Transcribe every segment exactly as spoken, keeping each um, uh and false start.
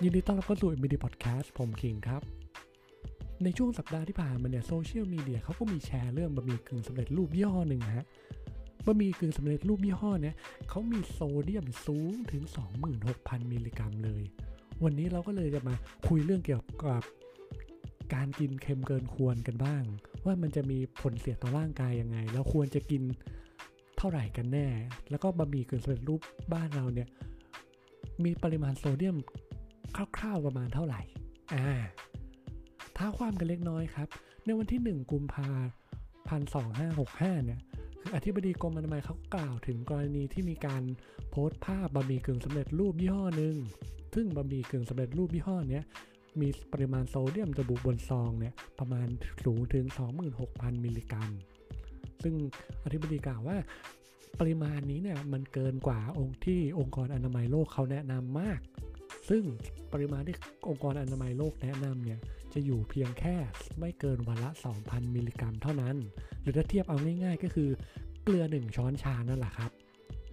ยินดีต้อนรับเข้าสู่ เอ็ม บี ดี Podcast ผมคิงครับในช่วงสัปดาห์ที่ผ่านมาเนี่ยโซเชียลมีเดียเขาก็มีแชร์เรื่องบะหมี่กึ่งสำเร็จรูปยี่ห้อหนึ่งฮะบะหมี่กึ่งสำเร็จรูปยี่ห้อเนี่ยเขามีโซเดียมสูงถึง สองหมื่นหกพัน มิลลิกรัมเลยวันนี้เราก็เลยจะมาคุยเรื่องเกี่ยวกับการกินเค็มเกินควรกันบ้างว่ามันจะมีผลเสียต่อร่างกายยังไงแล้วควรจะกินเท่าไหร่กันแน่แล้วก็บะหมี่กึ่งสำเร็จรูปบ้านเราเนี่ยมีปริมาณโซเดียมคร่าวๆประมาณเท่าไหร่อ่าท้าความกันเล็กน้อยครับในวันที่หนึ่งกุมภาพันธ์สองพันห้าร้อยหกสิบห้าเนี่ยคืออธิบดีกรมอนามัยเขากล่าวถึงกรณีที่มีการโพสต์ภาพบะหมี่กึ่งสำเร็จรูปยี่ห้อหนึ่งซึ่งบะหมี่กึ่งสำเร็จรูปยี่ห้อนี้มีปริมาณโซเดียมระบุบนซองเนี่ยประมาณสูงถึง สองหมื่นหกพัน มิลลิกรัมซึ่งอธิบดีกล่าวว่าปริมาณนี้เนี่ยมันเกินกว่าองค์ที่องค์กรอนามัยโลกเขาแนะนำมากซึ่งปริมาณที่องค์กรอนามัยโลกแนะนำเนี่ยจะอยู่เพียงแค่ไม่เกินวันละ สองพัน มิลลิกรัมเท่านั้นหรือถ้าเทียบเอาง่ายๆก็คือเกลือหนึ่งช้อนชานั่นแหละครับ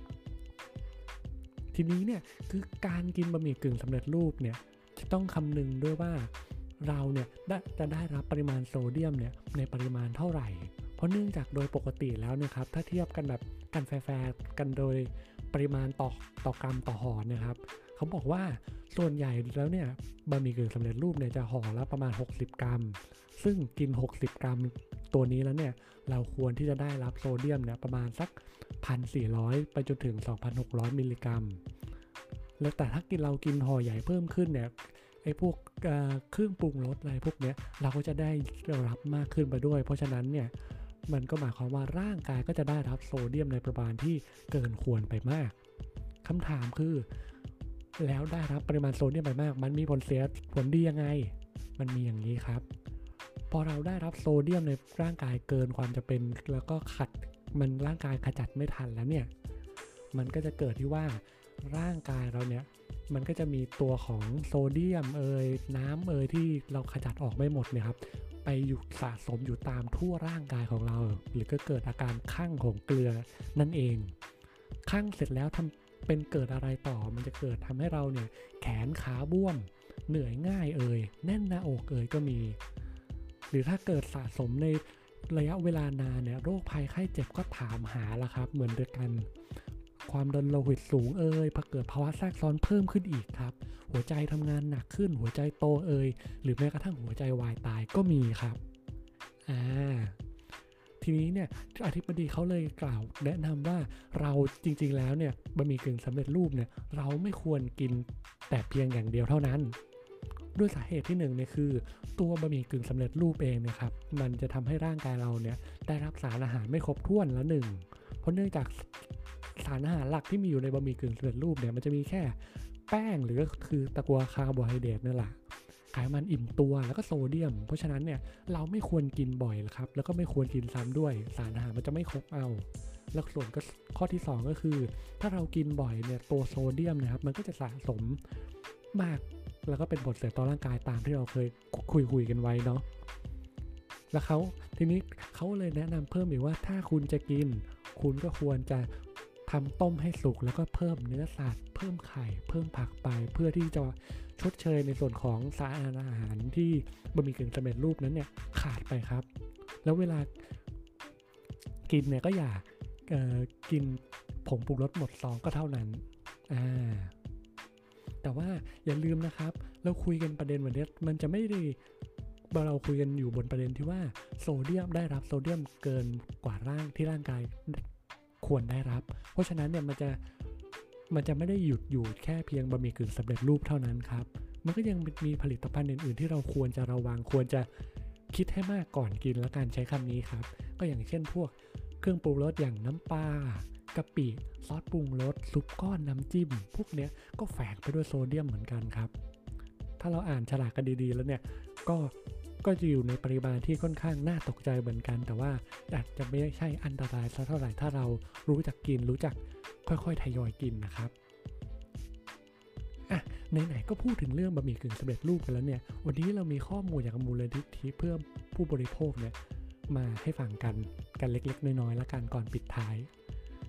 ทีนี้เนี่ยคือการกินบะหมี่กึ่งสำเร็จรูปเนี่ยจะต้องคำนึงด้วยว่าเราเนี่ยจะได้รับปริมาณโซเดียมเนี่ยในปริมาณเท่าไหร่เพราะเนื่องจากโดยปกติแล้วเนี่ยครับถ้าเทียบกันแบบกันแฟร์ๆกันโดยปริมาณต่อต่อกรัมต่อห่อนะครับเขาบอกว่าส่วนใหญ่แล้วเนี่ยบะหมี่กึ่งสำเร็จรูปเนี่ยจะห่อละประมาณหกสิบกรัมซึ่งกินหกสิบกรัมตัวนี้แล้วเนี่ยเราควรที่จะได้รับโซเดียมเนี่ยประมาณสัก หนึ่งพันสี่ร้อย ไปจนถึง สองพันหกร้อย มิลลิกรัมแล้วแต่ถ้ากินเรากินห่อใหญ่เพิ่มขึ้นเนี่ยไอ้พวกเครื่องปรุงรสอะไรพวกเนี้ยเราก็จะได้รับมากขึ้นไปด้วยเพราะฉะนั้นเนี่ยมันก็หมายความว่าร่างกายก็จะได้รับโซเดียมในปริมาณที่เกินควรไปมากคำถามคือแล้วได้รับปริมาณโซเดียมไปมากมันมีผลเสียผลดียังไงมันมีอย่างนี้ครับพอเราได้รับโซเดียมในร่างกายเกินความจะเป็นแล้วก็ขัดมันร่างกายขจัดไม่ทันแล้วเนี่ยมันก็จะเกิดที่ว่าร่างกายเราเนี่ยมันก็จะมีตัวของโซเดียมเอยน้ำเอยที่เราขจัดออกไม่หมดเนี่ยครับไปอยู่สะสมอยู่ตามทั่วร่างกายของเราหรือก็เกิดอาการคั่งของเกลือนั่นเองคั่งเสร็จแล้วทำเป็นเกิดอะไรต่อมันจะเกิดทำให้เราเนี่ยแขนขาบวมเหนื่อยง่ายเอ่ยแน่นหน้าอกเอ่ยก็มีหรือถ้าเกิดสะสมในระยะเวลานานเนี่ยโรคภัยไข้เจ็บก็ถามหาละครับเหมือนเดียวกันความดันโลหิตสูงเอ่ยพอเกิดภาวะแทรกซ้อนเพิ่มขึ้นอีกครับหัวใจทำงานหนักขึ้นหัวใจโตเอ่ยหรือแม้กระทั่งหัวใจวายตายก็มีครับอ่าทีนี้เนี่ยอธิบดีเขาเลยกล่าวแนะนำว่าเราจริงๆแล้วเนี่ยบะหมี่กึ่งสำเร็จรูปเนี่ยเราไม่ควรกินแต่เพียงอย่างเดียวเท่านั้นด้วยสาเหตุที่หนึ่งเนี่ยคือตัวบะหมี่กึ่งสำเร็จรูปเองนะครับมันจะทำให้ร่างกายเราเนี่ยได้รับสารอาหารไม่ครบถ้วนละหนึ่งเพราะเนื่องจากสารอาหารหลักที่มีอยู่ในบะหมี่กึ่งสำเร็จรูปเนี่ยมันจะมีแค่แป้งหรือก็คือตะกัวคาร์โบไฮเดรตนั่นแหละไขมันอิ่มตัวแล้วก็โซเดียมเพราะฉะนั้นเนี่ยเราไม่ควรกินบ่อยครับแล้วก็ไม่ควรกินซ้ำด้วยสารอาหารมันจะไม่ครบเอาแล้วส่วนก็ข้อที่สองก็คือถ้าเรากินบ่อยเนี่ยตัวโซเดียมนะครับมันก็จะสะสมมากแล้วก็เป็นผลเสียต่อร่างกายตามที่เราเคยคุยคุยกันไว้เนาะแล้วเขาทีนี้เขาเลยแนะนำเพิ่มอีกว่าถ้าคุณจะกินคุณก็ควรจะทำต้มให้สุกแล้วก็เพิ่มเนื้อสัตว์เพิ่มไข่เพิ่มผักไปเพื่อที่จะชดเชยในส่วนของสารอาหารที่บะหมี่กึ่งสำเร็จรูปนั้นเนี่ยขาดไปครับแล้วเวลากินเนี่ยก็อย่าเอ่อกินผงปรุงรสหมดซองก็เท่านั้นอ่าแต่ว่าอย่าลืมนะครับเราคุยกันประเด็นวันนี้มันจะไม่ได้เราคุยกันอยู่บนประเด็นที่ว่าโซเดียมได้รับโซเดียมเกินกว่าร่างที่ร่างกายควรได้รับเพราะฉะนั้นเนี่ยมันจะมันจะไม่ได้หยุดอยู่แค่เพียงบะหมี่กึ่งสำเร็จรูปเท่านั้นครับมันก็ยังมีผลิตภัณฑ์อื่นๆที่เราควรจะระวังควรจะคิดให้มากก่อนกินและการใช้คำนี้ครับก็อย่างเช่นพวกเครื่องปรุงรสอย่างน้ำปลากะปิซอสปรุงรสซุปก้อนน้ำจิ้มพวกเนี้ยก็แฝงไปด้วยโซเดียมเหมือนกันครับถ้าเราอ่านฉลากกันดีๆแล้วเนี่ยก็ก็จะอยู่ในปริมาณที่ค่อนข้างน่าตกใจเหมือนกันแต่ว่าอาจจะไม่ใช่อันตรายสักเท่าไหร่ถ้าเรารู้จักกินรู้จักค่อยๆทยอยกินนะครับอ่ะไหนๆก็พูดถึงเรื่องบะหมี่กึ่งสำเร็จรูปกันแล้วเนี่ยวันนี้เรามีข้อมูลจากมูลนิธิเพื่อผู้บริโภคเนี่ยมาให้ฟังกันกันเล็กๆน้อยๆแล้วกันก่อนปิดท้าย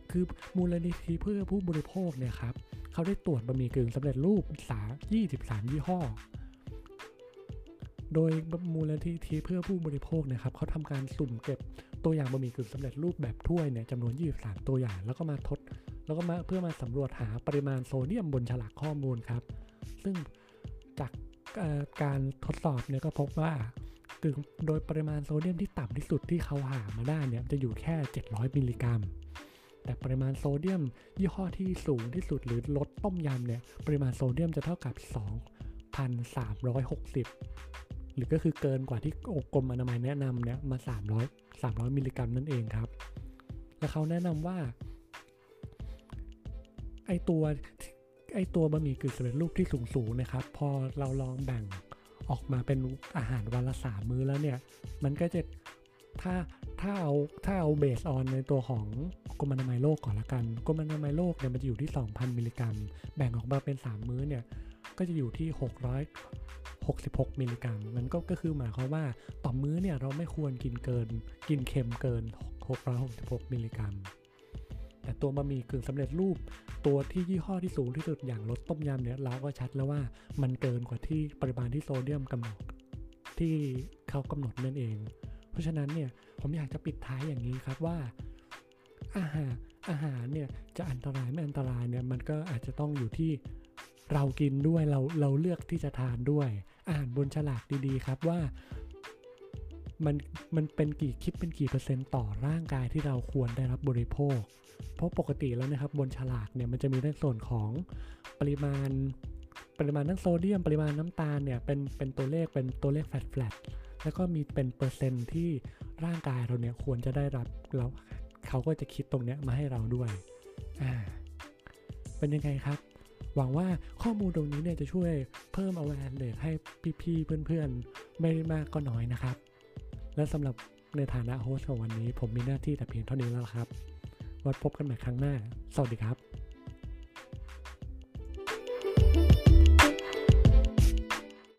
คือมูลนิธิเพื่อผู้บริโภคเนี่ยครับเขาได้ตรวจบะหมี่กึ่งสำเร็จรูปยี่สิบสามยี่ห้อโดยมูลนิธิเพื่อผู้บริโภคนะครับเขาทำการสุ่มเก็บตัวอย่างบะหมี่กึ่งสำเร็จรูปแบบถ้วยเนี่ยจำนวนยี่สิบสามตัวอย่างแล้วก็มาทดแล้วก็มาเพื่อมาสำรวจหาปริมาณโซเดียมบนฉลากข้อมูลครับซึ่งจากการทดสอบเนี่ยก็พบว่ากึ่งโดยปริมาณโซเดียมที่ต่ำที่สุดที่เขาหามาได้เนี่ยจะอยู่แค่เจ็ดร้อยมิลลิกรัมแต่ปริมาณโซเดียมยี่ห้อที่สูงที่สุดหรือรสต้มยำเนี่ยปริมาณโซเดียมจะเท่ากับ สองพันสามร้อยหกสิบ หรือก็คือเกินกว่าที่กรมอนามัยแนะนำเนี่ยมาสามร้อย สามร้อยมิลลิกรัมนั่นเองครับและเขาแนะนำว่าไอตัวไอตัวบะหมี่กึ่งสำเร็จรูปที่สูงๆนะครับพอเราลองแบ่งออกมาเป็นอาหารวันละสามมื้อแล้วเนี่ยมันก็จะถ้าถ้าเอาถ้าเอาเบสออนในตัวของกรมอนามัยโลกก่อนละกันกรมอนามัยโลกเนี่ยมันจะอยู่ที่ สองพัน มิลลิกรัมแบ่งออกมาเป็นสามมื้อเนี่ยก็จะอยู่ที่หกร้อยหกสิบหกมิลลิกรัมมันก็ก็คือหมายความว่าต่อมื้อเนี่ยเราไม่ควรกินเกินกินเค็มเกินหกร้อยหกสิบหกมิลลิกรัมแต่ตัวบะหมี่กึ่งสำเร็จรูปตัวที่ยี่ห้อที่สูงที่สุดอย่างรสต้มยำเนี่ยเราก็ชัดแล้วว่ามันเกินกว่าที่ปริมาณที่โซเดียมกำหนดที่เขากำหนดนั่นเองเพราะฉะนั้นเนี่ยผมอยากจะปิดท้ายอย่างนี้ครับว่าอาหารอาหารเนี่ยจะอันตรายไม่อันตรายเนี่ยมันก็อาจจะต้องอยู่ที่เรากินด้วยเราเราเลือกที่จะทานด้วยอาหารบนฉลากดีๆครับว่ามันมันเป็นกี่คิดเป็นกี่เปอร์เซ็นต์ต่อร่างกายที่เราควรได้รับบริโภคเพราะปกติแล้วนะครับบนฉลากเนี่ยมันจะมีในส่วนของปริมาณปริมาณทั้งโซเดียมปริมาณน้ำตาลเนี่ยเป็นเป็นตัวเลขเป็นตัวเลขแฟลตๆแล้วก็มีเป็นเปอร์เซ็นต์ที่ร่างกายเราเนี่ยควรจะได้รับแล้วเขาก็จะคิดตรงนี้มาให้เราด้วยอ่าเป็นยังไงครับหวังว่าข้อมูลตรงนี้เนี่ยจะช่วยเพิ่ม awareness ให้พี่ๆเพื่อนๆไม่มากก็น้อยนะครับและสำหรับในฐานะโฮสต์ของวันนี้ผมมีหน้าที่แต่เพียงเท่านี้แล้วครับไว้พบกันใหม่ครั้งหน้าสวัสดีครับ